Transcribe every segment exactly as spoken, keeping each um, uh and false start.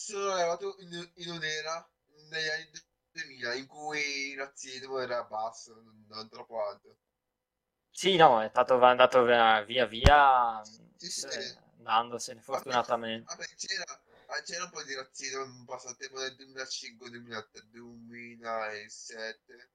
sono arrivato in, in un'era negli anni duemila in cui il razzismo era basso, non, non troppo alto. Sì, no, è stato va- andato via via, via Sì, sì. se- andandosene Vabbè, fortunatamente. vabbè, c'era ah, c'era un po' di razzismo in passatempo nel duemilacinque, duemilasette, duemilasette,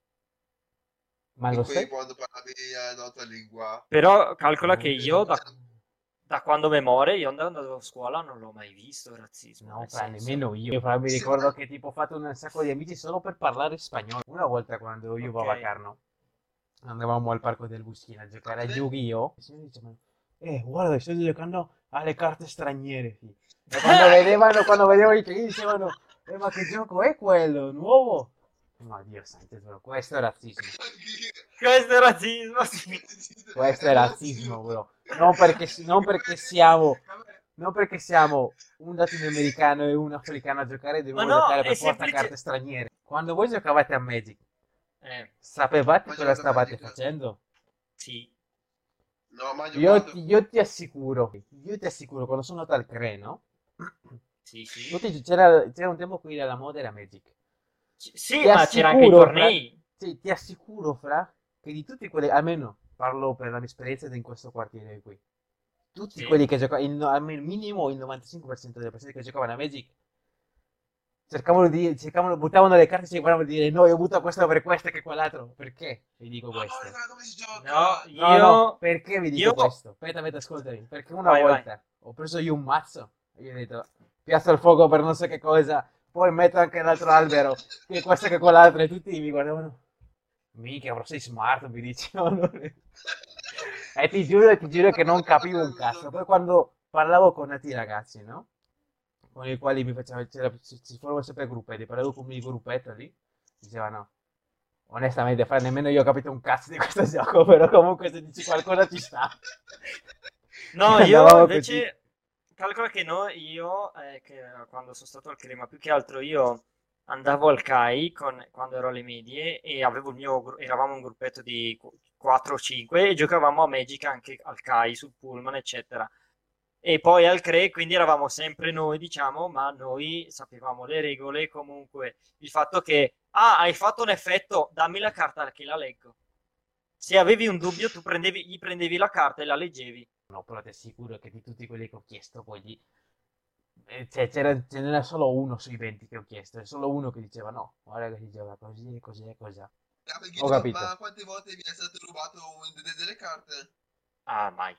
Ma in lo cui sai? quando parlavi la nostra lingua. Però calcola che No, io da, c'era- da quando memoria, io andando a scuola non l'ho mai visto il razzismo, no, nel fra senso, nemmeno io. Fra, mi sì, ricordo ma- che tipo ho fatto un sacco di amici solo per parlare spagnolo. Una volta quando io ok. avevo a Carno, andavamo al parco del Buschino a va giocare a bene? Yu-Gi-Oh! Il signore diceva, eh, guarda, sto giocando alle carte straniere, fi. E quando vedevano, quando vedevano i clienti dicevano, eh, ma che gioco è quello, nuovo? Ma Dio santo, bro, questo è razzismo. Questo è razzismo, sì. Questo È è razzismo. razzismo, bro. Non perché, non Che perché poi- siamo, vabbè, non perché siamo un latinoamericano e un africano a giocare, Ma dobbiamo no, giocare è per forza a carte semplice. straniere. Quando voi giocavate a Magic, Eh, sapevate ma cosa giocato a stavate Magic? facendo? sì. No, mai Io giocato. ti, io ti assicuro, io ti assicuro, quando sono andato al Creno, Sì, sì. tutti- c'era, c'era un tempo qui alla moda era Magic. C- sì, Ti ma c'era anche i assicuro, fra, tornei. sì, ti assicuro, fra, che di tutti quelli, almeno parlo per la mia esperienza in questo quartiere qui, tutti Sì. quelli che giocavano, il, no- almeno minimo il novantacinque per cento delle persone che giocavano a Magic, cercavano di, cercavano, buttavano le carte e cercavano di dire no, io butto questo per questo e che quell'altro. Perché vi dico Ah, questo? guarda come si No, gioca. No, no, io... perché vi Io... dico questo? Aspetta, aspetta, ascoltami. Perché una Vai, vai. volta ho preso io un mazzo e io ho detto, piazzo il fuoco per non so che cosa, poi metto anche l'altro albero, che questo e che quell'altro, e tutti mi guardavano. Mica, però sei smart, mi dicevano. E ti giuro, ti giuro che Ma non come capivo che un non cazzo. Poi gioca? quando parlavo con altri ragazzi, no? Con i quali mi faceva, c'era- ci ci formano sempre gruppetti, parlavo con il mio gruppetto lì, dicevano, onestamente, fra nemmeno io ho capito un cazzo di questo gioco, però comunque se dici qualcosa ci sta. No, E io andavamo così. invece... Calcola che no, io, eh, che quando sono stato al clima, più che altro io andavo al C A I con- quando ero alle medie e avevo il mio, gru- eravamo un gruppetto di qu- quattro o cinque e giocavamo a Magic anche al C A I, sul pullman, eccetera. E poi al C R E, quindi eravamo sempre noi, diciamo, ma noi sapevamo le regole, comunque il fatto che, ah, hai fatto un effetto, dammi la carta che la leggo. Se avevi un dubbio, tu prendevi, gli prendevi la carta e la leggevi. No, però ti assicuro che di tutti quelli che ho chiesto, poi lì, eh, cioè, c'era, ce n'era solo uno sui venti che ho chiesto, e solo uno che diceva no, guarda che si gioca così, così e così. Ah, perché Ho tu- capito. ma quante volte vi è stato rubato un- de- delle carte? Ah, mai,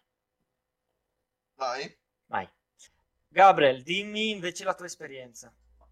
Mai? mai. Gabriel, dimmi invece la tua esperienza.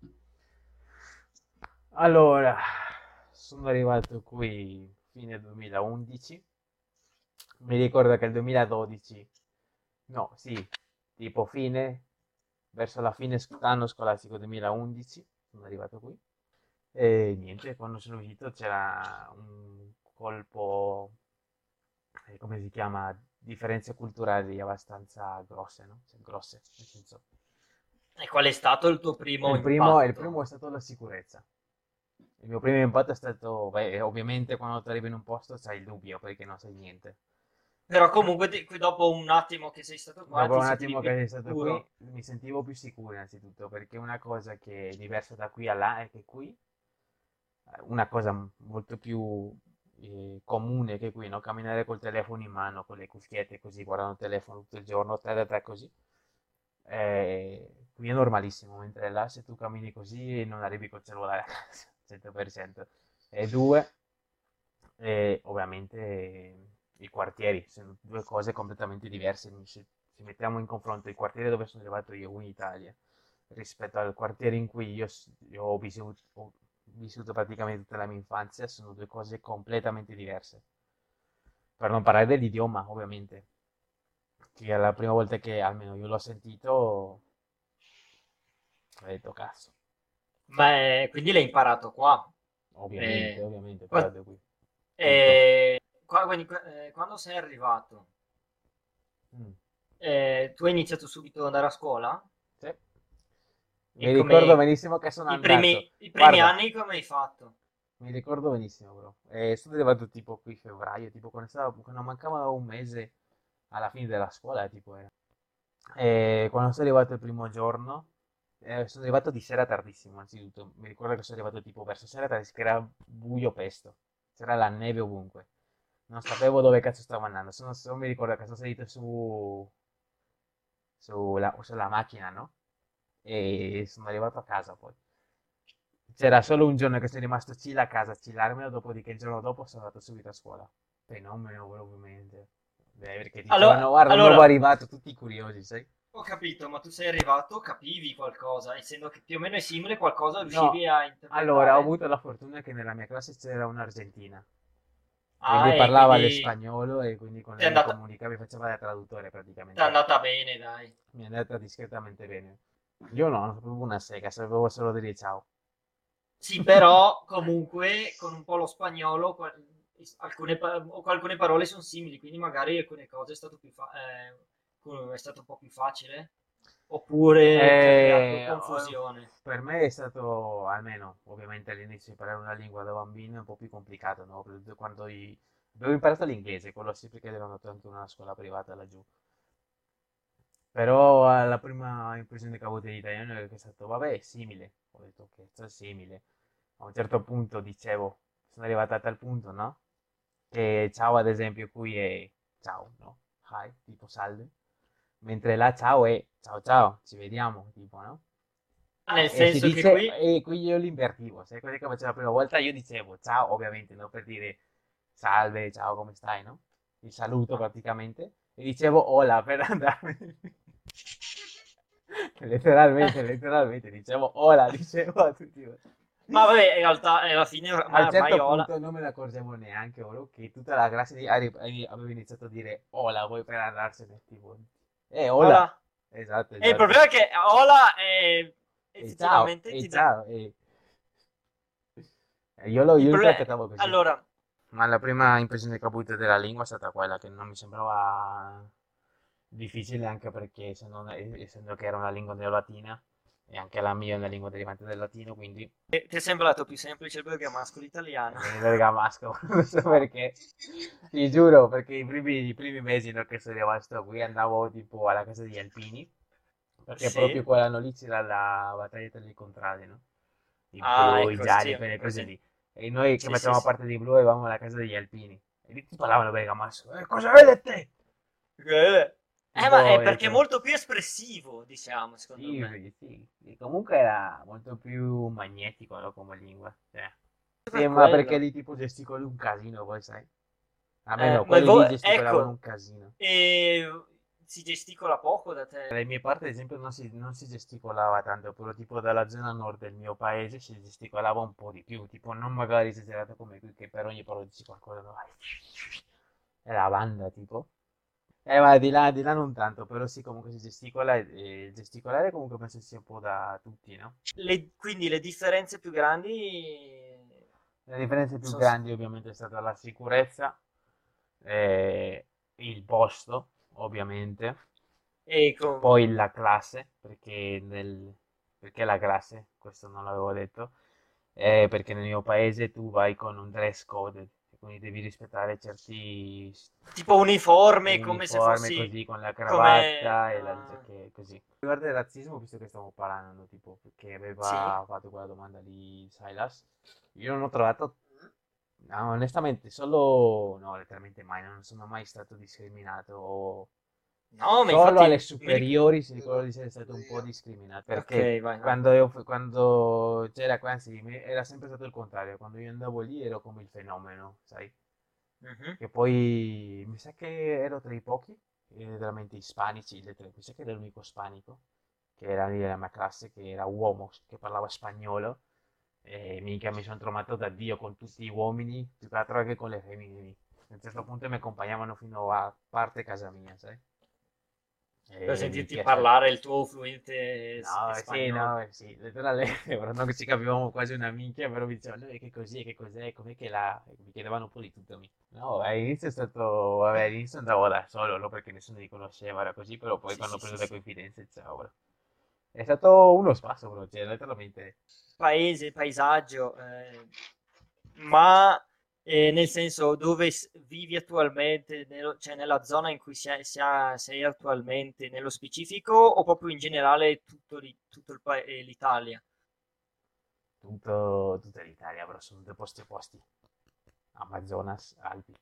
Allora, sono arrivato qui fine duemilaundici. Mi ricordo che il duemiladodici, no, sì, tipo fine, verso la fine sc- anno scolastico duemilaundici, sono arrivato qui. E niente, quando sono uscito c'era un colpo, eh, come si chiama, differenze culturali abbastanza grosse, no? Cioè, grosse, nel senso. E qual è stato il tuo primo Il primo, il impatto? primo è stato la sicurezza. Il mio primo impatto è stato, beh, ovviamente quando ti arrivi in un posto c'hai il dubbio perché non sai niente. Però comunque ti- qui dopo un attimo che sei stato qua Dopo ti un sentivi attimo che più sei stato qui sicuro. mi sentivo più sicuro innanzitutto perché una cosa che è diversa da qui a là è che qui, eh, una cosa m- molto più eh, comune che qui, no? Camminare col telefono in mano, con le cuffiette così, guardando il telefono tutto il giorno, tre da tre così, eh, qui è normalissimo, mentre là se tu cammini così non arrivi col cellulare a casa, cento per cento. E due, e ovviamente eh, i quartieri, sono due cose completamente diverse. Se, se mettiamo in confronto il quartiere dove sono arrivato io in Italia rispetto al quartiere in cui io, s- io ho vissuto, ho vissuto praticamente tutta la mia infanzia, sono due cose completamente diverse. Per non parlare dell'idioma, ovviamente, che è la prima volta che almeno io l'ho sentito, ho detto cazzo, Ma eh, quindi l'hai imparato qua. ovviamente, Eh, ovviamente, qua- però qui, tutto. eh, qua- quindi, eh, quando sei arrivato, Mm. eh, tu hai iniziato subito ad andare a scuola? Sì. E Mi ricordo come benissimo che sono i andato. primi, i primi Guarda, anni come hai fatto? mi ricordo benissimo, bro. E sono arrivato tipo qui febbraio, tipo quando, stava, quando mancava un mese alla fine della scuola, tipo era. E quando sono arrivato il primo giorno, Eh, sono arrivato di sera tardissimo, anzitutto. Mi ricordo che sono arrivato tipo verso sera tardissimo, che era buio pesto. C'era la neve ovunque. Non sapevo dove cazzo stavo andando. Sono, solo mi ricordo che sono salito su, sulla, sulla macchina, no? E sono arrivato a casa poi. C'era solo un giorno che sono rimasto chill a casa a chillarmelo, dopodiché il giorno dopo sono andato subito a scuola. Fenomeno, ovviamente. Beh, perché Allora, dicevano, guarda, un nuovo allora, arrivato, tutti curiosi, sai? ho capito, ma tu sei arrivato, capivi qualcosa, essendo che più o meno è simile, qualcosa No, riuscivi a allora ho interpretare? avuto la fortuna che nella mia classe c'era un'argentina, Ah, quindi e parlava quindi l'espagnolo e quindi con ti è lei mi andata, comunicava, mi faceva da traduttore ti è praticamente. andata bene, dai. Mi è andata discretamente bene. Io no, non sapevo una sega, sapevo solo dire ciao. Sì, però comunque con un po' lo spagnolo qua- alcune, pa- o alcune parole sono simili, quindi magari alcune cose è stato più fa- eh, è stato un po' più facile. Oppure ti ha creato Eh, confusione. per me è stato, almeno ovviamente all'inizio, imparare una lingua da bambino è un po' più complicato, no? Per- Quando i- avevo imparato l'inglese, quello sì perché ero andato anche in una scuola privata laggiù. Però eh, la prima impressione che ho avuto dell'italiano è che è stato, vabbè, è simile. Ho detto che è simile. A un certo punto dicevo, sono arrivato a tal punto, no? Che ciao ad esempio qui è ciao, no? Hi, tipo salve. Mentre là ciao è ciao ciao, ci vediamo, tipo, no? Nel E si senso che dice, qui, e qui io l'invertivo, sai cosa che facevo la prima volta? Io dicevo ciao, ovviamente, no? Per dire salve, ciao, come stai, no? Il saluto praticamente. E dicevo hola per andarmi. Letteralmente, letteralmente, dicevo hola, dicevo a tutti. ma vabbè, in realtà alla fine A ormai, un ormai certo Ola. punto non me ne accorgevo neanche, oro, che tutta la classe di- arri- arri- aveva iniziato a dire hola, voi per andarsene, tipo. Eh, hola. Ola. Esatto, E il esatto. problema è che Ola è E ciao, effettivamente e ti dà. ciao, e... e Io lo, Il io lo problema. interpretavo così. Allora, Ma la prima impressione che ho avuto della lingua è stata quella che non mi sembrava difficile, anche perché se non- essendo che era una lingua neolatina, e anche la mia è una lingua derivante dal latino, quindi ti è sembrato più semplice il bergamasco l'italiano? eh, bergamasco, non so perché, ti giuro, perché i primi, i primi mesi no, che sono rimasto qui andavo tipo alla casa degli alpini, perché proprio Sì. quell'anno lì c'era la battaglia tra i contrari, no? I Ah, blu, i ecco, sì, gialli, quelle cose così. lì. E noi che Sì, sì, facevamo sì. parte di blu avevamo la casa degli alpini. E lì ti parlavano bergamasco. Eh, cosa vedete? Eh, eh, ma Tipo, è ho perché è detto, molto più espressivo, diciamo, secondo sì, me. sì, sì. E comunque era molto più magnetico, no, come lingua. Cioè, sì, Per ma perché quello. lì tipo gesticoli un casino, poi sai. Eh, Almeno ma il quelli vo- lì gesticolavano un ecco, casino. e si gesticola poco da te. Dalle mie parti, ad esempio, non si, non si gesticolava tanto, però tipo dalla zona nord del mio paese si gesticolava un po' di più, tipo non magari esagerato come qui, che per ogni parola dici qualcosa, no? È la banda, tipo. Eh, ma di là, di là non tanto, però sì, comunque si gesticola e, e gesticolare comunque penso sia un po' da tutti, no? Le- quindi le differenze più grandi Le differenze più sono. grandi ovviamente è stata la sicurezza, eh, il posto, ovviamente, E con. poi la classe, perché, nel, perché la classe, questo non l'avevo detto, eh, perché nel mio paese tu vai con un dress code, quindi devi rispettare certi Tipo uniforme, come se uniformi fossi. così, con la Come. cravatta e la Ah, giacchetta, così. Riguardo il razzismo, visto che stiamo parlando, tipo, perché sì. aveva fatto quella domanda lì Silas, io non ho trovato, no, onestamente, solo, no, letteralmente mai, non sono mai stato discriminato. No, ma Solo alle infatti. mi ric- superiori si ricorda Quello di essere stato pure un po' io. discriminato, Ok, perché vai, vai. quando, io, quando c'era qua, anzi, me- era sempre stato il contrario, quando io andavo lì ero come il fenomeno, sai? Mhm. Che poi mi sa che ero tra i pochi, eh, veramente ispanici, le tre- mi sa che era l'unico ispanico che era lì nella mia classe, che era uomo, che parlava spagnolo, e mica mi sono trovato da Dio con tutti gli uomini, più che altro anche con le femmine lì. A un certo punto mi accompagnavano fino a parte casa mia, sai? Per E sentirti minchia, sta- parlare il tuo fluente s- no, sì, spagnolo. no, eh, sì, letteralmente, però non che ci capivamo quasi una minchia, però mi dicevano, "Eh, che così, che cos'è, com'è che la... e mi chiedevano un po' di tutto. mi- No, all'inizio è stato, vabbè, all'inizio andavo da solo, no, perché nessuno mi conosceva, era così, però poi Sì, quando ho sì, preso sì, le sì. confidenze, ciao, bro. È stato uno spasso, bro, cioè, letteralmente, Paese, paesaggio, eh, ma E nel senso, dove s- vivi attualmente, nello- cioè nella zona in cui sia- sia- sei attualmente, nello specifico, o proprio in generale tutto, l'i- tutto il pa- eh, l'Italia? Tutto, tutta l'Italia, però sono due posti opposti. Amazonas, Alpi.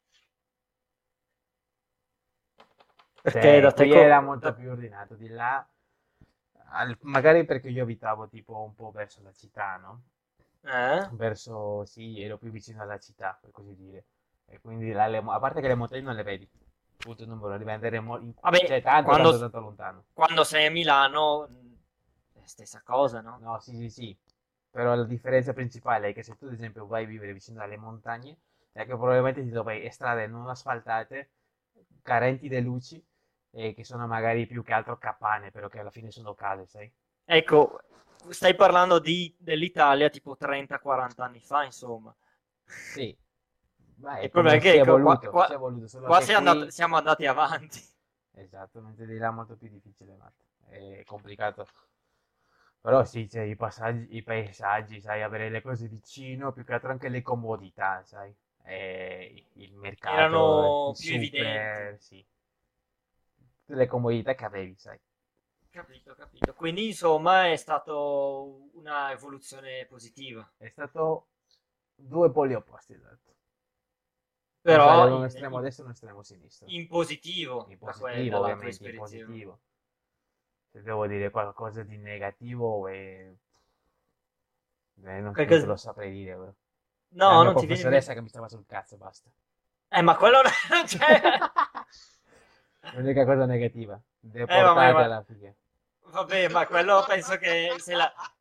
Perché Cioè, da te... qui era co- molto da- più ordinato, di là, al- magari perché io abitavo tipo un po' verso la città, no? eh? Verso, sì, ero più vicino alla città, per così dire. E quindi là le mo- a parte che le montagne non le vedi, punto numero, devi andare mo- in- cioè Vabbè, tanto, quando, tanto, tanto lontano. quando sei a Milano, mh, è stessa cosa, no? No, sì, sì, sì. Però la differenza principale è che se tu, ad esempio, vai a vivere vicino alle montagne, è che probabilmente ti trovi strade non asfaltate, carenti di luci, e che sono magari più che altro campane, però che alla fine sono case, sai? Ecco, stai parlando di- dell'Italia tipo trenta quaranta anni fa, insomma. Sì, ma Il è problema come è si è che qua, qua- evoluto, si è qua- evoluto, solo qua che si è andat- qui, siamo andati avanti. esatto, mentre di là è molto più difficile, Marta. È complicato. Però sì, c'è i passaggi, i paesaggi, sai, avere le cose vicino, più che altro anche le comodità, sai, e il mercato, il Erano più evidenti. super, sì, tutte le comodità che avevi, sai. Capito, capito. Quindi, insomma, è stato una evoluzione positiva. È stato due poli opposti, esatto. Come Però sarebbe un in, estremo in- destro e un estremo sinistro. in positivo In da que- positivo, dalla tua ovviamente, in esperienza. positivo. Se devo dire qualcosa di negativo, eh, eh, non, non te Qualcosa- lo saprei dire, bro. La No, mia non ti viene in mente. professoressa che mi stava sul cazzo, basta. Eh, ma quello non c'è. L'unica cosa negativa. Eh, vabbè, Deportate ma... alla fine. Vabbè, ma quello penso che se la,